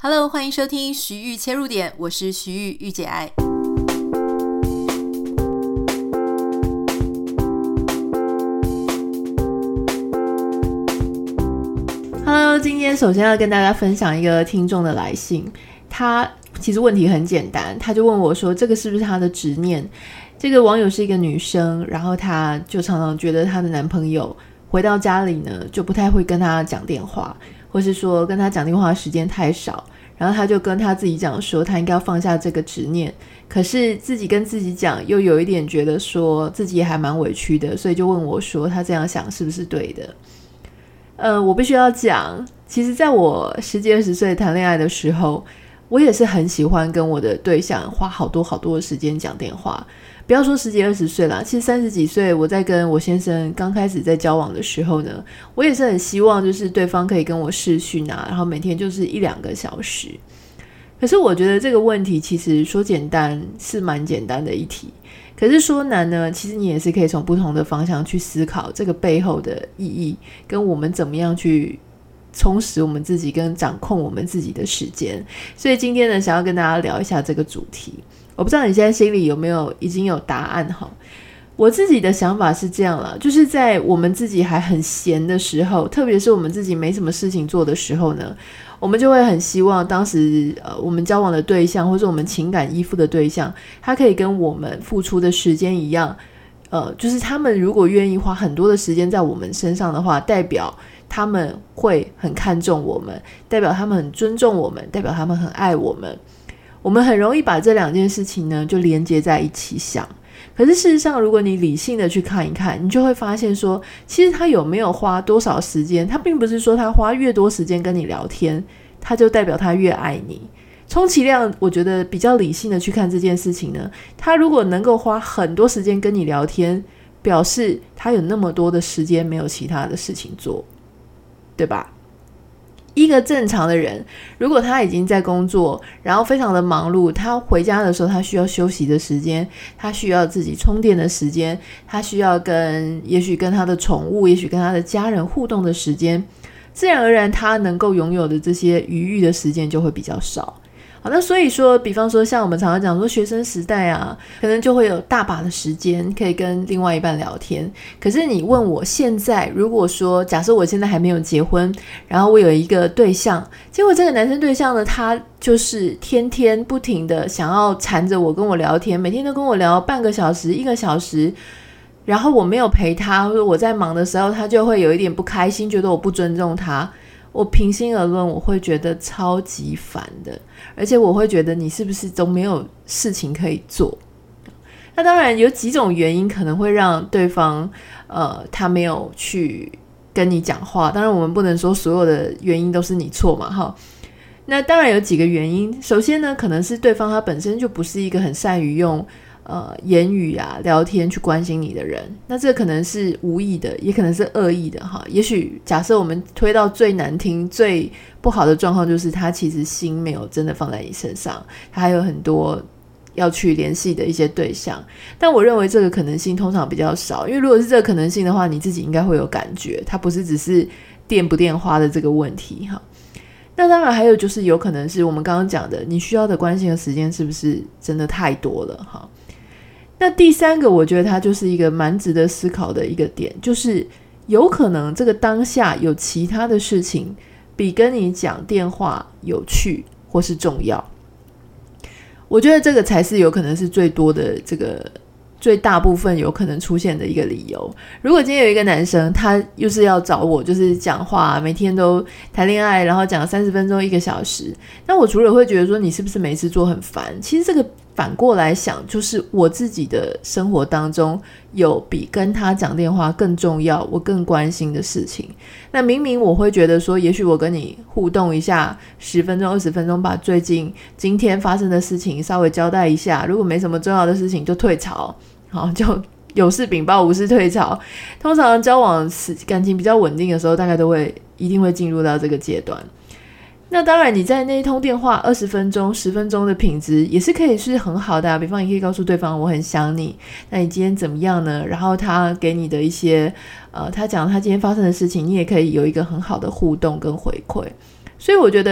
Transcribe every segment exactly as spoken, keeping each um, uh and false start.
Hello， 欢迎收听徐玉切入点，我是徐玉玉姐爱。Hello， 今天首先要跟大家分享一个听众的来信，他其实问题很简单，他就问我说这个是不是他的执念。这个网友是一个女生，然后她就常常觉得她的男朋友回到家里呢就不太会跟她讲电话，或是说跟她讲电话的时间太少，然后她就跟她自己讲说她应该要放下这个执念，可是自己跟自己讲又有一点觉得说自己也还蛮委屈的，所以就问我说她这样想是不是对的。呃，我必须要讲，其实在我十几二十岁谈恋爱的时候，我也是很喜欢跟我的对象花好多好多的时间讲电话。不要说十几二十岁啦，其实三十几岁我在跟我先生刚开始在交往的时候呢，我也是很希望就是对方可以跟我视讯啊，然后每天就是一两个小时。可是我觉得这个问题其实说简单是蛮简单的一题，可是说难呢，其实你也是可以从不同的方向去思考这个背后的意义，跟我们怎么样去充实我们自己跟掌控我们自己的时间。所以今天呢，想要跟大家聊一下这个主题。我不知道你现在心里有没有已经有答案哈？我自己的想法是这样啦，就是在我们自己还很闲的时候，特别是我们自己没什么事情做的时候呢，我们就会很希望当时呃我们交往的对象或者我们情感依附的对象，他可以跟我们付出的时间一样，呃，就是他们如果愿意花很多的时间在我们身上的话，代表他们会很看重我们，代表他们很尊重我们，代表他们很爱我们。我们很容易把这两件事情呢就连接在一起想，可是事实上如果你理性的去看一看，你就会发现说其实他有没有花多少时间，他并不是说他花越多时间跟你聊天他就代表他越爱你。充其量我觉得比较理性的去看这件事情呢，他如果能够花很多时间跟你聊天，表示他有那么多的时间没有其他的事情做，对吧？一个正常的人，如果他已经在工作，然后非常的忙碌，他回家的时候他需要休息的时间，他需要自己充电的时间，他需要跟也许跟他的宠物，也许跟他的家人互动的时间，自然而然他能够拥有的这些余裕的时间就会比较少。好，那所以说比方说像我们常常讲说学生时代啊，可能就会有大把的时间可以跟另外一半聊天。可是你问我现在，如果说假设我现在还没有结婚，然后我有一个对象，结果这个男生对象呢，他就是天天不停的想要缠着我跟我聊天，每天都跟我聊半个小时一个小时，然后我没有陪他，或者我在忙的时候他就会有一点不开心，觉得我不尊重他。我平心而论，我会觉得超级烦的，而且我会觉得你是不是都没有事情可以做。那当然有几种原因可能会让对方呃他没有去跟你讲话，当然我们不能说所有的原因都是你错嘛哈。那当然有几个原因，首先呢，可能是对方他本身就不是一个很善于用呃，言语啊聊天去关心你的人，那这可能是无意的，也可能是恶意的哈。也许假设我们推到最难听最不好的状况，就是他其实心没有真的放在你身上，他还有很多要去联系的一些对象，但我认为这个可能性通常比较少，因为如果是这个可能性的话，你自己应该会有感觉，它不是只是电不电话的这个问题哈。那当然还有就是有可能是我们刚刚讲的，你需要的关心的时间是不是真的太多了哈。那第三个我觉得它就是一个蛮值得思考的一个点，就是有可能这个当下有其他的事情比跟你讲电话有趣或是重要，我觉得这个才是有可能是最多的这个最大部分有可能出现的一个理由。如果今天有一个男生他又是要找我就是讲话，每天都谈恋爱，然后讲三十分钟一个小时，那我除了会觉得说你是不是没事做很烦，其实这个反过来想，就是我自己的生活当中有比跟他讲电话更重要我更关心的事情。那明明我会觉得说也许我跟你互动一下十分钟二十分钟，把最近今天发生的事情稍微交代一下，如果没什么重要的事情就退潮，好，就有事禀报无事退潮。通常交往感情比较稳定的时候，大概都会一定会进入到这个阶段。那当然你在那一通电话二十分钟十分钟的品质也是可以是很好的啊，比方你可以告诉对方我很想你，那你今天怎么样呢？然后他给你的一些呃，他讲他今天发生的事情，你也可以有一个很好的互动跟回馈。所以我觉得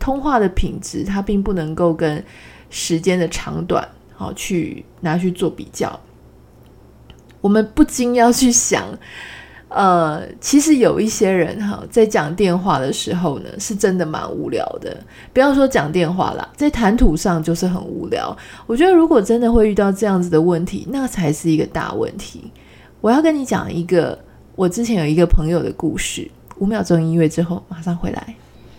通话的品质它并不能够跟时间的长短好去拿去做比较。我们不禁要去想呃，其实有一些人哈，在讲电话的时候呢，是真的蛮无聊的。不要说讲电话啦，在谈吐上就是很无聊。我觉得如果真的会遇到这样子的问题，那才是一个大问题。我要跟你讲一个我之前有一个朋友的故事。五秒钟音乐之后马上回来。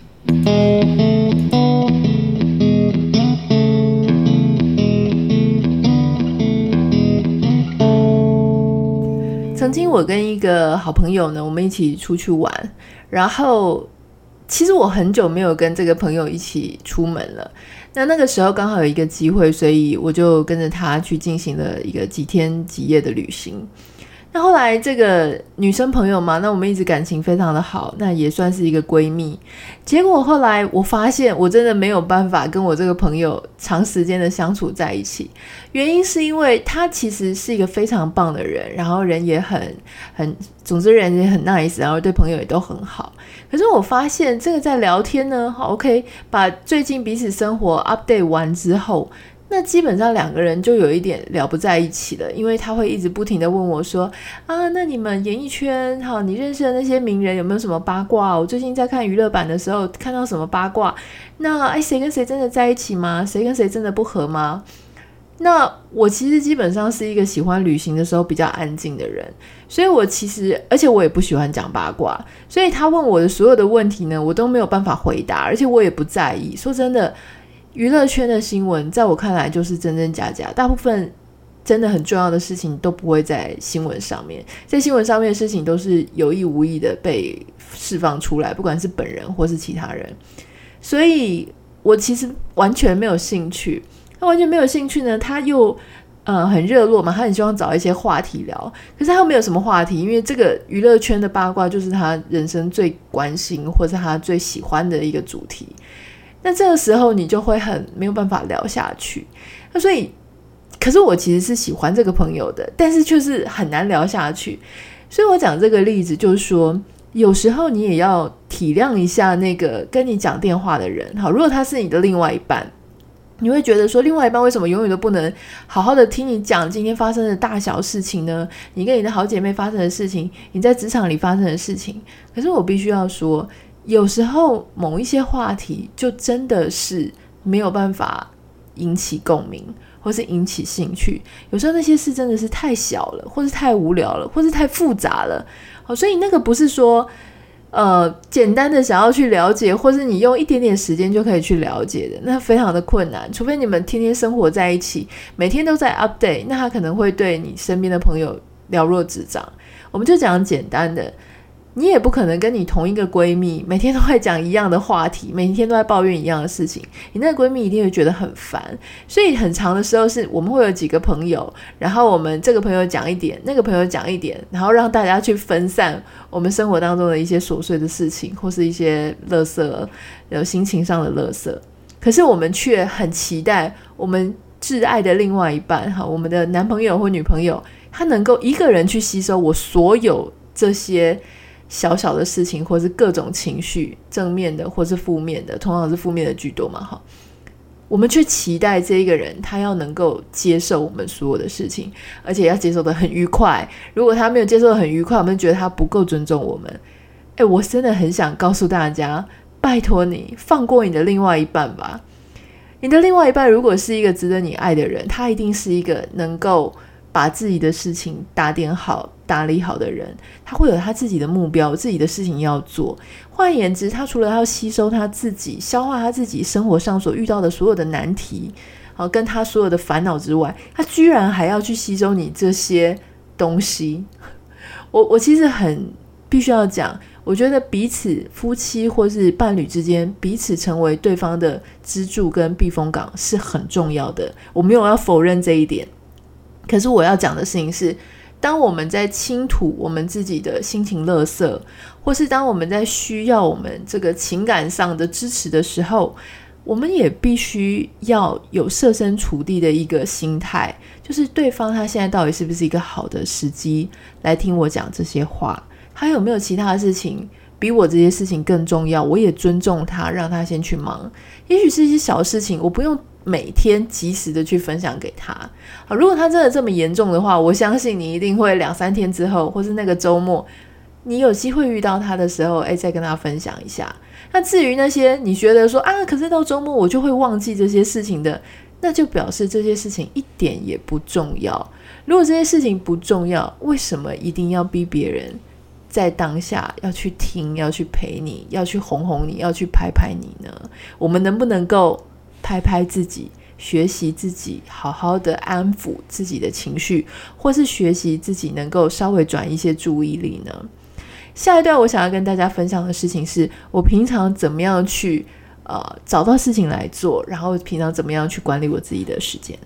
曾经我跟一个好朋友呢，我们一起出去玩，然后其实我很久没有跟这个朋友一起出门了。那那个时候刚好有一个机会，所以我就跟着他去进行了一个几天几夜的旅行。那后来这个女生朋友嘛，那我们一直感情非常的好，那也算是一个闺蜜。结果后来我发现我真的没有办法跟我这个朋友长时间的相处在一起，原因是因为她其实是一个非常棒的人，然后人也很很总之人也很 nice， 然后对朋友也都很好。可是我发现这个在聊天呢，好 OK， 把最近彼此生活 update 完之后，那基本上两个人就有一点聊不在一起了，因为他会一直不停的问我说啊，那你们演艺圈好，你认识的那些名人有没有什么八卦？我最近在看娱乐版的时候看到什么八卦？那哎，谁跟谁真的在一起吗？谁跟谁真的不合吗？那我其实基本上是一个喜欢旅行的时候比较安静的人，所以我其实而且我也不喜欢讲八卦，所以他问我的所有的问题呢，我都没有办法回答，而且我也不在意。说真的，娱乐圈的新闻在我看来就是真真假假，大部分真的很重要的事情都不会在新闻上面，在新闻上面的事情都是有意无意的被释放出来，不管是本人或是其他人，所以我其实完全没有兴趣。他完全没有兴趣呢，他又呃很热络嘛，他很希望找一些话题聊，可是他又没有什么话题，因为这个娱乐圈的八卦就是他人生最关心或是他最喜欢的一个主题。那这个时候你就会很没有办法聊下去。那所以可是我其实是喜欢这个朋友的，但是却是很难聊下去。所以我讲这个例子就是说，有时候你也要体谅一下那个跟你讲电话的人。好，如果他是你的另外一半，你会觉得说另外一半为什么永远都不能好好的听你讲今天发生的大小事情呢？你跟你的好姐妹发生的事情，你在职场里发生的事情。可是我必须要说，有时候某一些话题就真的是没有办法引起共鸣或是引起兴趣，有时候那些事真的是太小了，或是太无聊了，或是太复杂了。好，所以那个不是说呃，简单的想要去了解，或是你用一点点时间就可以去了解的，那非常的困难。除非你们天天生活在一起，每天都在 update， 那他可能会对你身边的朋友了若指掌。我们就讲简单的，你也不可能跟你同一个闺蜜每天都在讲一样的话题，每天都在抱怨一样的事情，你那个闺蜜一定会觉得很烦。所以很长的时候是我们会有几个朋友，然后我们这个朋友讲一点，那个朋友讲一点，然后让大家去分散我们生活当中的一些琐碎的事情，或是一些垃圾，有心情上的垃圾。可是我们却很期待我们挚爱的另外一半，我们的男朋友或女朋友，他能够一个人去吸收我所有这些小小的事情，或是各种情绪，正面的或是负面的，通常是负面的居多嘛。哈，我们却期待这一个人他要能够接受我们所有的事情，而且要接受得很愉快。如果他没有接受得很愉快，我们觉得他不够尊重我们。诶，我真的很想告诉大家，拜托你放过你的另外一半吧。你的另外一半如果是一个值得你爱的人，他一定是一个能够把自己的事情打点好打理好的人，他会有他自己的目标，自己的事情要做。换言之，他除了要吸收他自己，消化他自己生活上所遇到的所有的难题，好，跟他所有的烦恼之外，他居然还要去吸收你这些东西。我我其实很必须要讲，我觉得彼此夫妻或是伴侣之间，彼此成为对方的支柱跟避风港是很重要的，我没有要否认这一点。可是我要讲的事情是，当我们在倾吐我们自己的心情垃圾，或是当我们在需要我们这个情感上的支持的时候，我们也必须要有设身处地的一个心态，就是对方他现在到底是不是一个好的时机来听我讲这些话，他有没有其他的事情比我这些事情更重要，我也尊重他，让他先去忙。也许是一些小事情，我不用每天及时的去分享给他。好，如果他真的这么严重的话，我相信你一定会两三天之后，或是那个周末，你有机会遇到他的时候，诶，再跟他分享一下。那至于那些你觉得说啊，可是到周末我就会忘记这些事情的，那就表示这些事情一点也不重要。如果这些事情不重要，为什么一定要逼别人在当下要去听，要去陪你，要去哄哄你，要去拍拍你呢？我们能不能够拍拍自己，学习自己好好的安抚自己的情绪，或是学习自己能够稍微转一些注意力呢？下一段我想要跟大家分享的事情是，我平常怎么样去呃找到事情来做，然后平常怎么样去管理我自己的时间。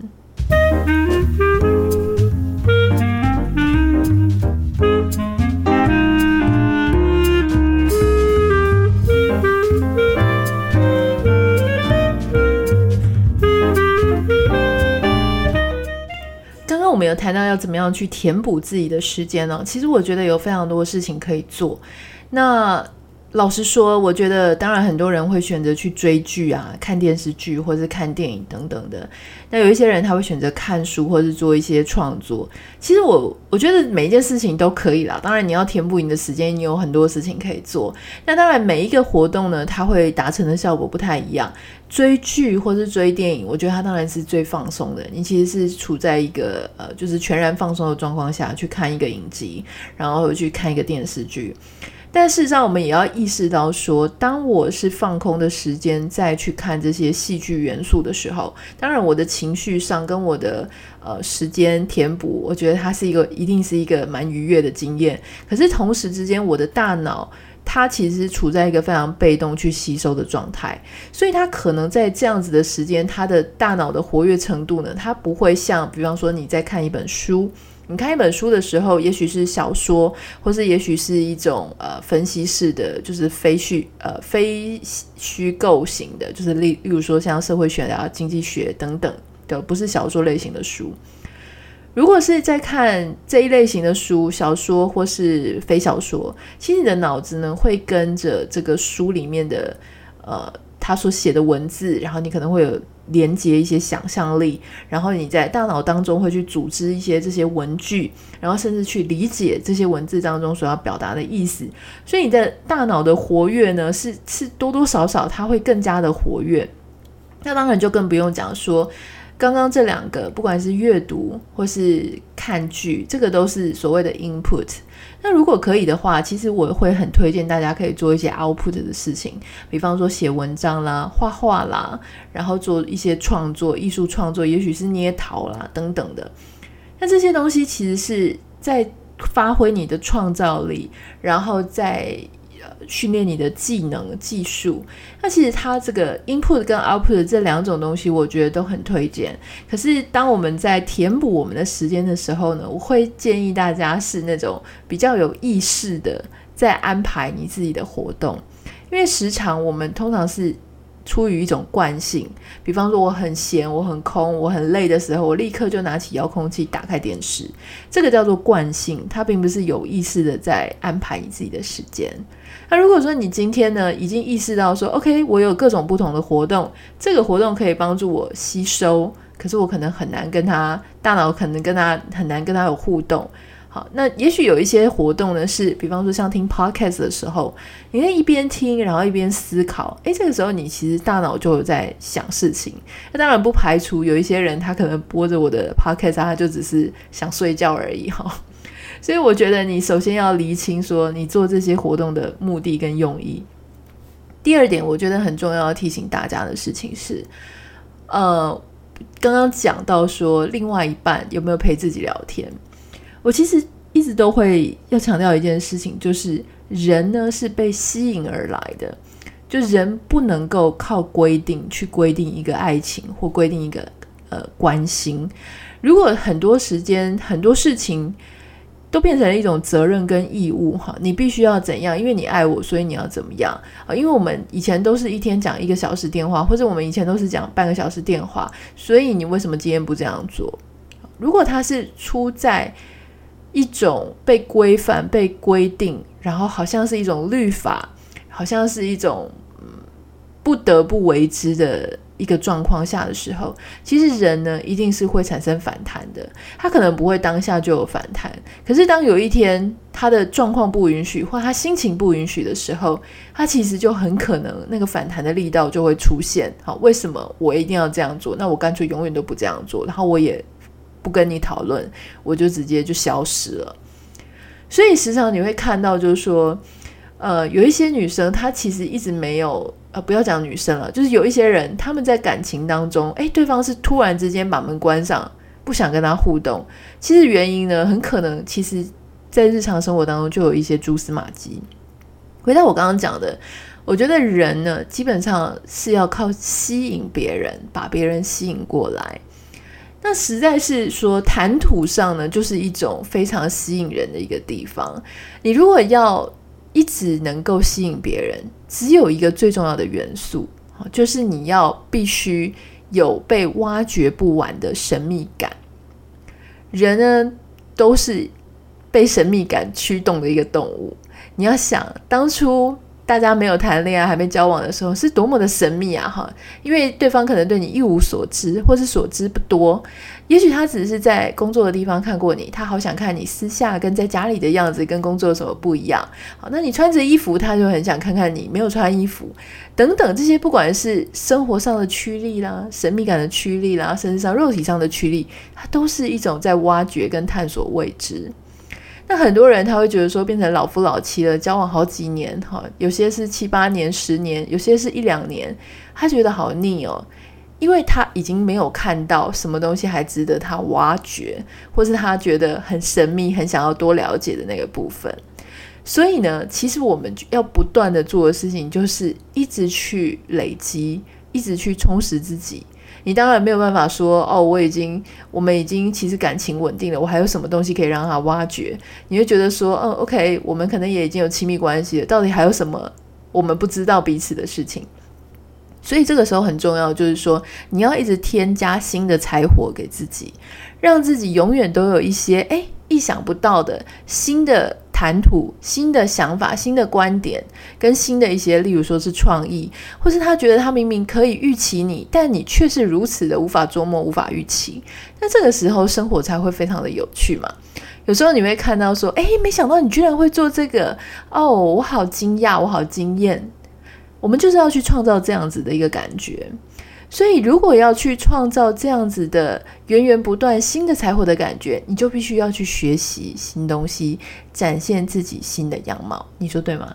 我们有谈到要怎么样去填补自己的时间呢？其实我觉得有非常多事情可以做。那老实说，我觉得当然很多人会选择去追剧啊，看电视剧或是看电影等等的。那有一些人他会选择看书或是做一些创作。其实我我觉得每一件事情都可以啦。当然你要填补你的时间，你有很多事情可以做。那当然每一个活动呢，它会达成的效果不太一样。追剧或是追电影，我觉得它当然是最放松的。你其实是处在一个呃，就是全然放松的状况下去看一个影集，然后去看一个电视剧。但事实上我们也要意识到说，当我是放空的时间再去看这些戏剧元素的时候，当然我的情绪上跟我的呃时间填补，我觉得它是一个一定是一个蛮愉悦的经验。可是同时之间我的大脑它其实处在一个非常被动去吸收的状态，所以它可能在这样子的时间，它的大脑的活跃程度呢，它不会像比方说你在看一本书，你看一本书的时候，也许是小说，或是也许是一种呃分析式的，就是非虚呃非虚构型的，就是例例如说像社会学啊、经济学等等的，不是小说类型的书。如果是在看这一类型的书，小说或是非小说，其实你的脑子呢会跟着这个书里面的呃他所写的文字，然后你可能会有连接一些想象力，然后你在大脑当中会去组织一些这些文句，然后甚至去理解这些文字当中所要表达的意思。所以你的大脑的活跃呢是是多多少少它会更加的活跃。那当然就更不用讲说刚刚这两个，不管是阅读或是看剧，这个都是所谓的 input。 那如果可以的话，其实我会很推荐大家可以做一些 output 的事情，比方说写文章啦、画画啦，然后做一些创作、艺术创作，也许是捏陶啦等等的。那这些东西其实是在发挥你的创造力，然后在训练你的技能技术。那其实它这个 input 跟 output 这两种东西我觉得都很推荐。可是当我们在填补我们的时间的时候呢，我会建议大家是那种比较有意识的在安排你自己的活动。因为时常我们通常是出于一种惯性，比方说我很闲、我很空、我很累的时候，我立刻就拿起遥控器打开电视，这个叫做惯性，它并不是有意识的在安排你自己的时间。那如果说你今天呢已经意识到说 OK 我有各种不同的活动，这个活动可以帮助我吸收，可是我可能很难跟他大脑可能跟他很难跟他有互动。好，那也许有一些活动呢是比方说像听 podcast 的时候，你可以一边听然后一边思考，诶，这个时候你其实大脑就有在想事情。那当然不排除有一些人他可能播着我的 podcast 他就只是想睡觉而已。所以我觉得你首先要厘清说你做这些活动的目的跟用意。第二点我觉得很重要要提醒大家的事情是呃，刚刚讲到说另外一半有没有陪自己聊天，我其实一直都会要强调一件事情，就是人呢是被吸引而来的，就人不能够靠规定去规定一个爱情或规定一个呃关心。如果很多时间很多事情都变成了一种责任跟义务哈，你必须要怎样，因为你爱我所以你要怎么样啊？因为我们以前都是一天讲一个小时电话，或者我们以前都是讲半个小时电话，所以你为什么今天不这样做？如果他是出在一种被规范、被规定，然后好像是一种律法，好像是一种、嗯、不得不为之的一个状况下的时候，其实人呢一定是会产生反弹的。他可能不会当下就有反弹，可是当有一天他的状况不允许，或他心情不允许的时候，他其实就很可能那个反弹的力道就会出现。好，为什么我一定要这样做？那我干脆永远都不这样做，然后我也不跟你讨论，我就直接就消失了。所以时常你会看到就是说呃，有一些女生她其实一直没有呃，不要讲女生了，就是有一些人他们在感情当中，诶，对方是突然之间把门关上，不想跟他互动。其实原因呢，很可能其实在日常生活当中就有一些蛛丝马迹。回到我刚刚讲的，我觉得人呢基本上是要靠吸引别人，把别人吸引过来。那实在是说谈吐上呢，就是一种非常吸引人的一个地方。你如果要一直能够吸引别人，只有一个最重要的元素，就是你要必须有被挖掘不完的神秘感。人呢都是被神秘感驱动的一个动物。你要想当初大家没有谈恋爱还没交往的时候是多么的神秘啊哈！因为对方可能对你一无所知，或是所知不多，也许他只是在工作的地方看过你，他好想看你私下跟在家里的样子跟工作有什么不一样。好，那你穿着衣服他就很想看看你没有穿衣服等等，这些不管是生活上的驱力啦，神秘感的驱力啦，甚至上肉体上的驱力，它都是一种在挖掘跟探索未知。那很多人他会觉得说变成老夫老妻了，交往好几年，有些是七八年十年，有些是一两年，他觉得好腻哦，因为他已经没有看到什么东西还值得他挖掘，或是他觉得很神秘很想要多了解的那个部分。所以呢，其实我们要不断的做的事情就是一直去累积，一直去充实自己。你当然没有办法说哦，我已经我们已经其实感情稳定了，我还有什么东西可以让他挖掘。你会觉得说嗯 OK， 我们可能也已经有亲密关系了，到底还有什么我们不知道彼此的事情。所以这个时候很重要，就是说你要一直添加新的柴火给自己，让自己永远都有一些诶意想不到的新的谈吐、新的想法、新的观点，跟新的一些例如说是创意，或是他觉得他明明可以预期你，但你却是如此的无法捉摸、无法预期，那这个时候生活才会非常的有趣嘛。有时候你会看到说诶没想到你居然会做这个哦，我好惊讶，我好惊艳。我们就是要去创造这样子的一个感觉。所以如果要去创造这样子的源源不断新的柴火的感觉，你就必须要去学习新东西，展现自己新的样貌。你说对吗？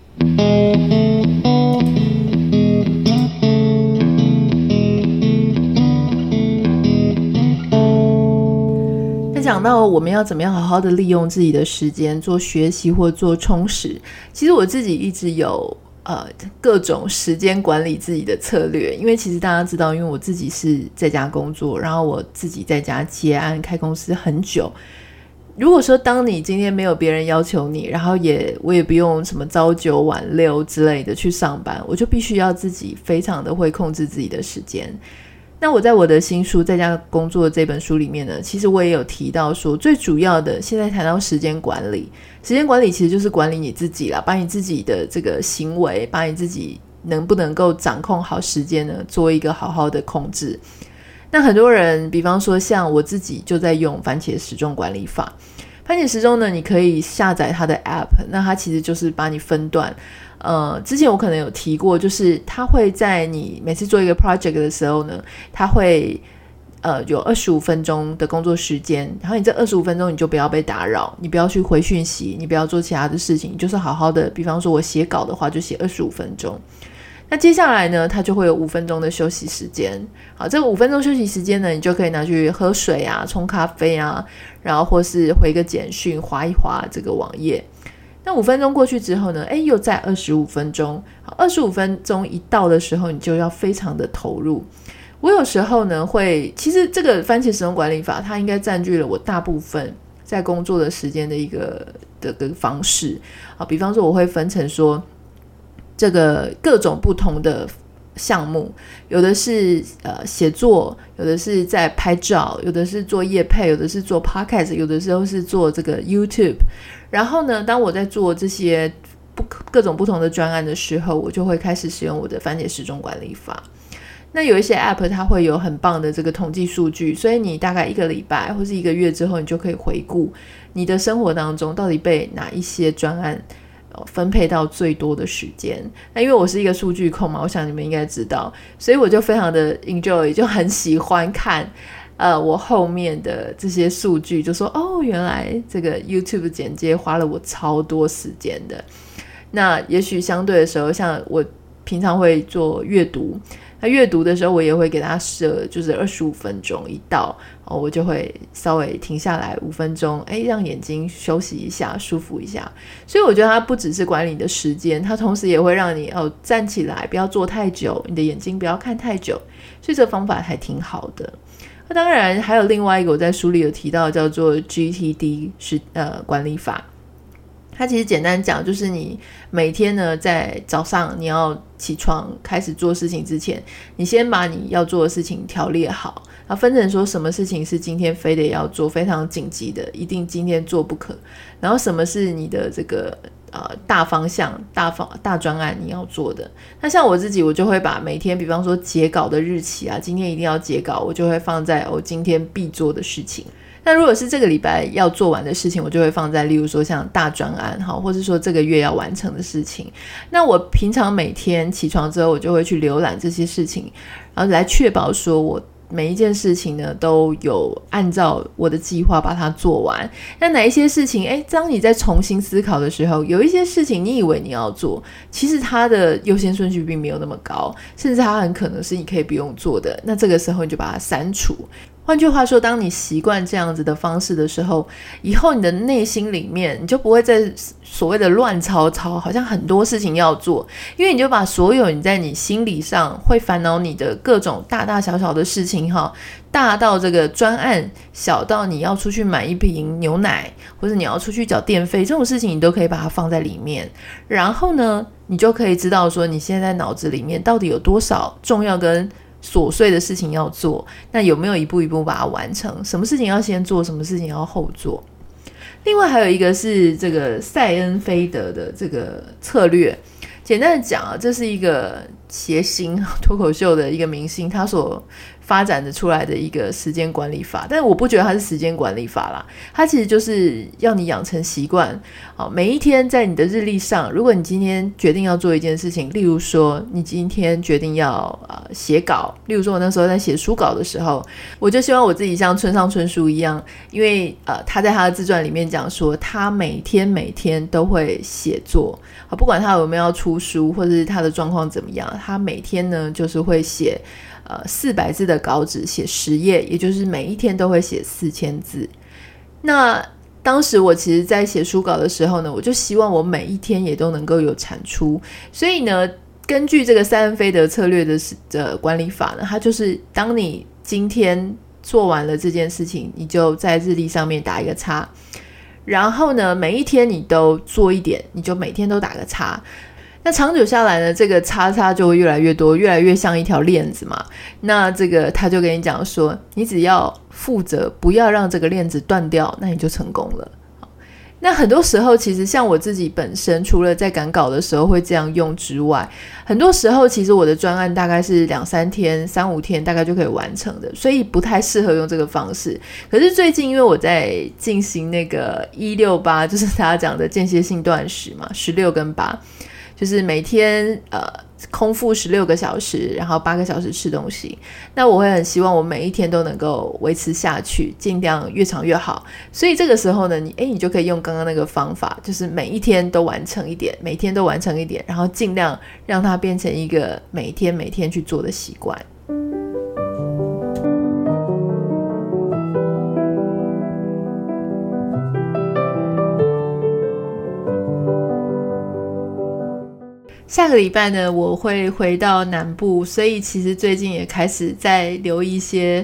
那讲到我们要怎么样好好的利用自己的时间做学习或做充实，其实我自己一直有呃，各种时间管理自己的策略。因为其实大家知道，因为我自己是在家工作，然后我自己在家接案开公司很久。如果说当你今天没有别人要求你，然后也我也不用什么朝九晚六之类的去上班，我就必须要自己非常的会控制自己的时间。那我在我的新书在家工作的这本书里面呢，其实我也有提到说，最主要的现在谈到时间管理，时间管理其实就是管理你自己啦，把你自己的这个行为，把你自己能不能够掌控好时间呢，做一个好好的控制。那很多人比方说像我自己就在用番茄时钟管理法。番茄时钟呢，你可以下载它的 app， 那它其实就是把你分段。呃，之前我可能有提过，就是它会在你每次做一个 project 的时候呢，它会呃有二十五分钟的工作时间，然后你这二十五分钟你就不要被打扰，你不要去回讯息，你不要做其他的事情，你就是好好的，比方说我写稿的话就写二十五分钟。那接下来呢，它就会有五分钟的休息时间。好，这个五分钟休息时间呢，你就可以拿去喝水啊，冲咖啡啊，然后或是回个简讯，滑一滑这个网页。那五分钟过去之后呢，诶，又在二十五分钟。好，二十五分钟一到的时候，你就要非常的投入。我有时候呢会，其实这个番茄时钟管理法，它应该占据了我大部分在工作的时间的一个的个方式。好，比方说我会分成说，这个各种不同的项目，有的是呃写作，有的是在拍照，有的是做业配，有的是做 podcast， 有的时候是做这个 YouTube。然后呢，当我在做这些不各种不同的专案的时候，我就会开始使用我的番茄时钟管理法。那有一些 App 它会有很棒的这个统计数据，所以你大概一个礼拜或是一个月之后，你就可以回顾你的生活当中到底被哪一些专案分配到最多的时间。那因为我是一个数据控嘛，我想你们应该知道，所以我就非常的 enjoy， 就很喜欢看呃，我后面的这些数据，就说哦，原来这个 YouTube 剪接花了我超多时间的。那也许相对的时候，像我平常会做阅读，那阅读的时候我也会给它设就是二十五分钟一到、哦、我就会稍微停下来五分钟，诶，让眼睛休息一下，舒服一下。所以我觉得它不只是管理你的时间，它同时也会让你哦站起来不要坐太久，你的眼睛不要看太久，所以这个方法还挺好的。那当然还有另外一个我在书里有提到叫做 G T D 是呃管理法。它其实简单讲就是你每天呢在早上你要起床开始做事情之前，你先把你要做的事情条列好，然后分成说什么事情是今天非得要做非常紧急的，一定今天做不可，然后什么是你的这个呃大方向大方大专案你要做的。那像我自己，我就会把每天比方说截稿的日期啊，今天一定要截稿，我就会放在我、哦、今天必做的事情。那如果是这个礼拜要做完的事情，我就会放在例如说像大专案或者说这个月要完成的事情。那我平常每天起床之后，我就会去浏览这些事情，然后来确保说我每一件事情呢都有按照我的计划把它做完。那哪一些事情诶当你在重新思考的时候，有一些事情你以为你要做，其实它的优先顺序并没有那么高，甚至它很可能是你可以不用做的，那这个时候你就把它删除。换句话说，当你习惯这样子的方式的时候，以后你的内心里面你就不会再所谓的乱糟糟，好像很多事情要做，因为你就把所有你在你心理上会烦恼你的各种大大小小的事情哈，大到这个专案，小到你要出去买一瓶牛奶，或者你要出去缴电费，这种事情你都可以把它放在里面。然后呢，你就可以知道说你现在脑子里面到底有多少重要跟琐碎的事情要做，那有没有一步一步把它完成，什么事情要先做，什么事情要后做。另外还有一个是这个塞恩菲德的这个策略，简单的讲啊，这是一个谐星脱口秀的一个明星他所发展的出来的一个时间管理法，但是我不觉得它是时间管理法啦，它其实就是要你养成习惯。好，每一天在你的日历上，如果你今天决定要做一件事情，例如说你今天决定要、呃、写稿，例如说我那时候在写书稿的时候，我就希望我自己像村上春树一样，因为、呃、他在他的自传里面讲说他每天每天都会写作，好，不管他有没有要出书或者是他的状况怎么样，他每天呢就是会写呃，四百字的稿纸，写十页，也就是每一天都会写四千字。那当时我其实在写书稿的时候呢，我就希望我每一天也都能够有产出。所以呢，根据这个塞恩菲德策略 的, 的管理法呢，它就是当你今天做完了这件事情，你就在日历上面打一个叉，然后呢，每一天你都做一点，你就每天都打个叉。那长久下来呢，这个叉叉就会越来越多，越来越像一条链子嘛。那这个他就跟你讲说，你只要负责不要让这个链子断掉，那你就成功了。那很多时候其实像我自己本身除了在赶稿的时候会这样用之外，很多时候其实我的专案大概是两三天三五天大概就可以完成的，所以不太适合用这个方式。可是最近因为我在进行那个一六八，就是大家讲的间歇性断食嘛，十六跟八，就是每天呃空腹十六个小时，然后八个小时吃东西。那我会很希望我每一天都能够维持下去，尽量越长越好。所以这个时候呢，你诶你就可以用刚刚那个方法，就是每一天都完成一点，每天都完成一点，然后尽量让它变成一个每天每天去做的习惯。下个礼拜呢，我会回到南部，所以其实最近也开始在留一些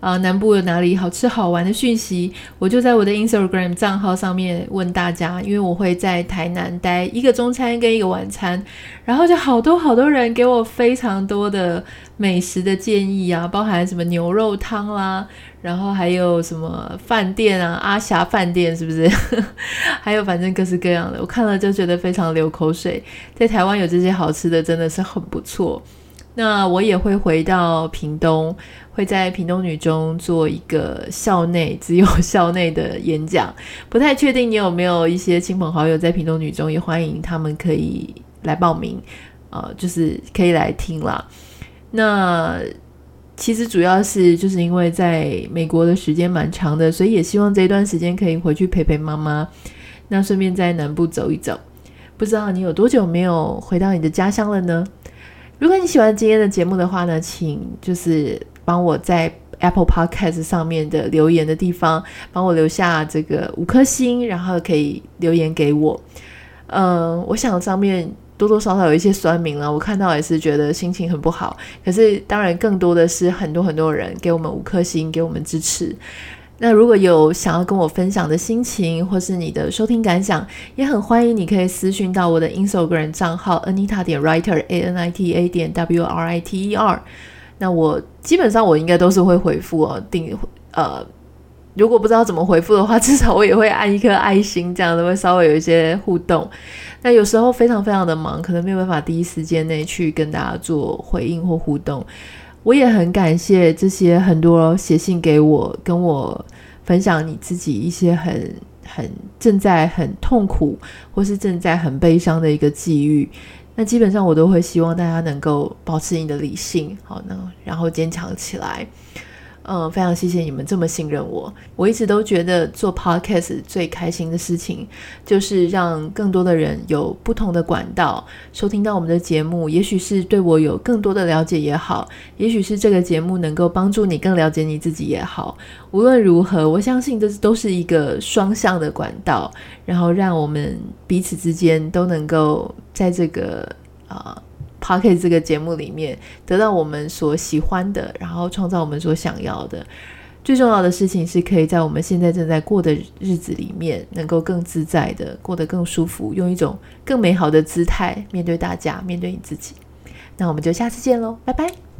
呃南部有哪里好吃好玩的讯息，我就在我的 Instagram 账号上面问大家，因为我会在台南待一个中餐跟一个晚餐，然后就好多好多人给我非常多的美食的建议啊，包含什么牛肉汤啦，然后还有什么饭店啊，阿霞饭店是不是还有反正各式各样的，我看了就觉得非常流口水，在台湾有这些好吃的真的是很不错。那我也会回到屏东，会在屏东女中做一个校内只有校内的演讲，不太确定你有没有一些亲朋好友在屏东女中，也欢迎他们可以来报名，呃，就是可以来听啦。那其实主要是就是因为在美国的时间蛮长的，所以也希望这一段时间可以回去陪陪妈妈，那顺便在南部走一走。不知道你有多久没有回到你的家乡了呢？如果你喜欢今天的节目的话呢，请就是帮我在 Apple Podcast 上面的留言的地方帮我留下这个五颗星，然后可以留言给我。嗯、呃，我想上面多多少少有一些酸民了，我看到也是觉得心情很不好，可是当然更多的是很多很多人给我们五颗星，给我们支持。那如果有想要跟我分享的心情或是你的收听感想，也很欢迎你可以私讯到我的 Instagram 账号 Anita 点 Writer A N I T A 点 W R I T E R。 那我基本上我应该都是会回复哦，定呃如果不知道怎么回复的话，至少我也会按一颗爱心，这样子会稍微有一些互动。那有时候非常非常的忙，可能没有办法第一时间内去跟大家做回应或互动。我也很感谢这些很多写信给我，跟我分享你自己一些很很正在很痛苦或是正在很悲伤的一个际遇。那基本上我都会希望大家能够保持你的理性，好呢，然后坚强起来。嗯，非常谢谢你们这么信任我。我一直都觉得做 podcast 最开心的事情就是让更多的人有不同的管道收听到我们的节目，也许是对我有更多的了解也好，也许是这个节目能够帮助你更了解你自己也好。无论如何，我相信这都是一个双向的管道，然后让我们彼此之间都能够在这个呃Podcast 这个节目里面得到我们所喜欢的，然后创造我们所想要的。最重要的事情是可以在我们现在正在过的日子里面能够更自在的过得更舒服，用一种更美好的姿态面对大家，面对你自己。那我们就下次见咯，拜拜。